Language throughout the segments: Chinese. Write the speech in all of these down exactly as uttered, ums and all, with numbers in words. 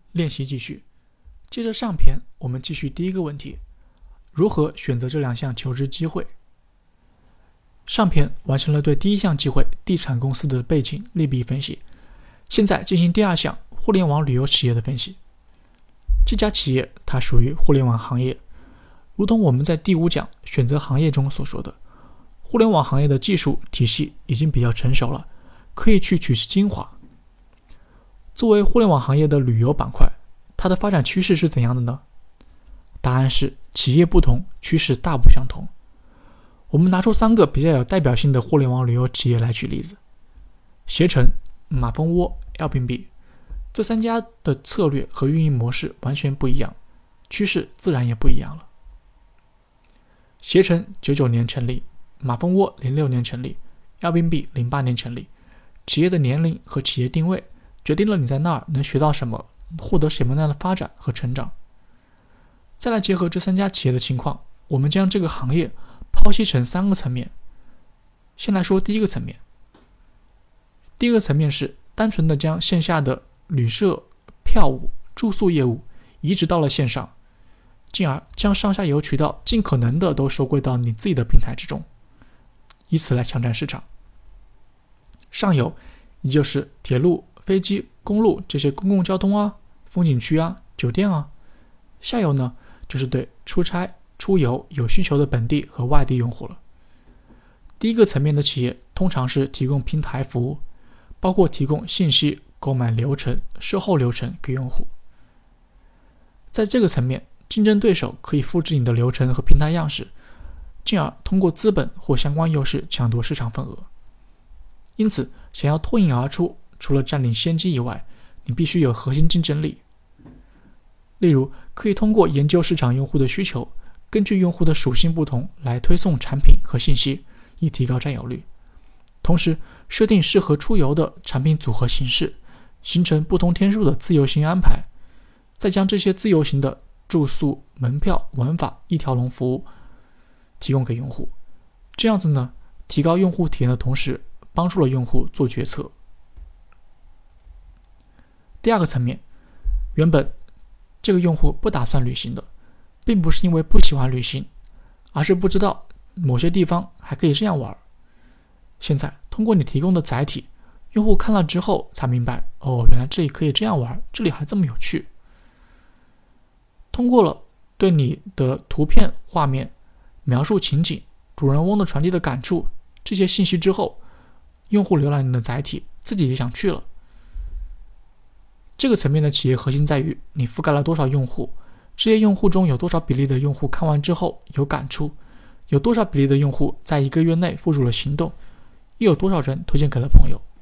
练习继续。接着上篇，我们继续第一个问题：如何选择这两项求职机会？上篇完成了对第一项机会地产公司的背景利弊分析，现在进行第二项互联网旅游企业的分析。这家企业它属于互联网行业，如同我们在第五讲选择行业中所说的，互联网行业的技术体系已经比较成熟了，可以去取其精华。作为互联网行业的旅游板块，它的发展趋势是怎样的呢？答案是企业不同，趋势大不相同。我们拿出三个比较有代表性的互联网旅游企业来举例子：携程、马蜂窝、Airbnb。这三家的策略和运营模式完全不一样，趋势自然也不一样了。携程九九年成立，马蜂窝零六年成立， Airbnb 零八年成立。企业的年龄和企业定位决定了你在那儿能学到什么，获得什么样的发展和成长。再来结合这三家企业的情况，我们将这个行业剖析成三个层面。先来说第一个层面。第一个层面是单纯的将线下的旅社、票务、住宿业务移植到了线上，进而将上下游渠道尽可能的都收归到你自己的平台之中，以此来抢占市场。上游也就是铁路、飞机、公路这些公共交通啊、风景区啊、酒店啊。下游呢，就是对出差、出游有需求的本地和外地用户了。第一个层面的企业通常是提供平台服务，包括提供信息、购买流程、售后流程给用户。在这个层面，竞争对手可以复制你的流程和平台样式，进而通过资本或相关优势抢夺市场份额。因此，想要脱颖而出，除了占领先机以外，你必须有核心竞争力。例如，可以通过研究市场用户的需求，根据用户的属性不同来推送产品和信息，以提高占有率。同时，设定适合出游的产品组合形式，形成不同天数的自由行安排，再将这些自由行的住宿、门票、玩法一条龙服务提供给用户。这样子呢，提高用户体验的同时，帮助了用户做决策。第二个层面，原本这个用户不打算旅行的，并不是因为不喜欢旅行，而是不知道某些地方还可以这样玩。现在通过你提供的载体，用户看了之后才明白，哦，原来这里可以这样玩，这里还这么有趣。通过了对你的图片、画面、描述情景、主人翁的传递的感触这些信息之后，用户浏览你的载体，自己也想去了。这个层面的企业核心在于你覆盖了多少用户，这些用户中有多少比例的用户看完之后有感触，有多少比例的用户在一个月内付诸了行动，又有多少人推荐给了朋友。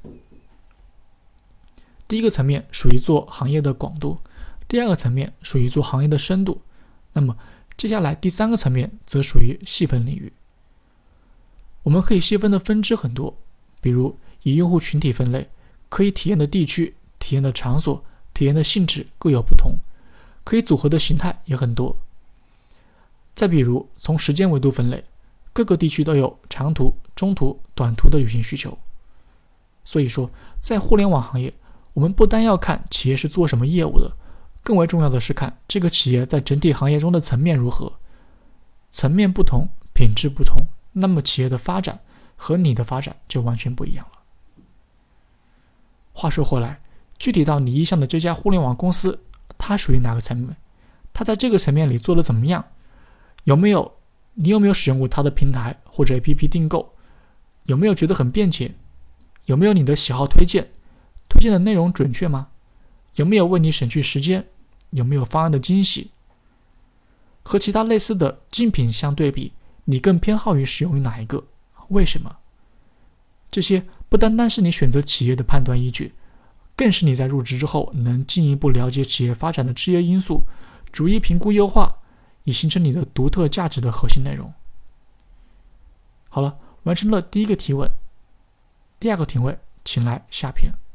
第一个层面属于做行业的广度，第二个层面属于做行业的深度，那么接下来第三个层面则属于细分领域。我们可以细分的分支很多，比如以用户群体分类，可以体验的地区、体验的场所、体验的性质各有不同，可以组合的形态也很多。再比如从时间维度分类，各个地区都有长途、中途、短途的旅行需求。所以说，在互联网行业，我们不单要看企业是做什么业务的，更为重要的是看这个企业在整体行业中的层面如何。层面不同，品质不同，那么企业的发展和你的发展就完全不一样了。话说回来，具体到你意向的这家互联网公司，它属于哪个层面？它在这个层面里做得怎么样？有没有你有没有使用过它的平台或者 A P P 订购？有没有觉得很便捷？有没有你的喜好推荐？推荐的内容准确吗？有没有为你省去时间？有没有方案的惊喜？和其他类似的竞品相对比，你更偏好于使用于哪一个？为什么？这些不单单是你选择企业的判断依据，更是你在入职之后能进一步了解企业发展的制约因素，逐一评估优化，以形成你的独特价值的核心内容。好了，完成了第一个提问，第二个提问，请来下篇。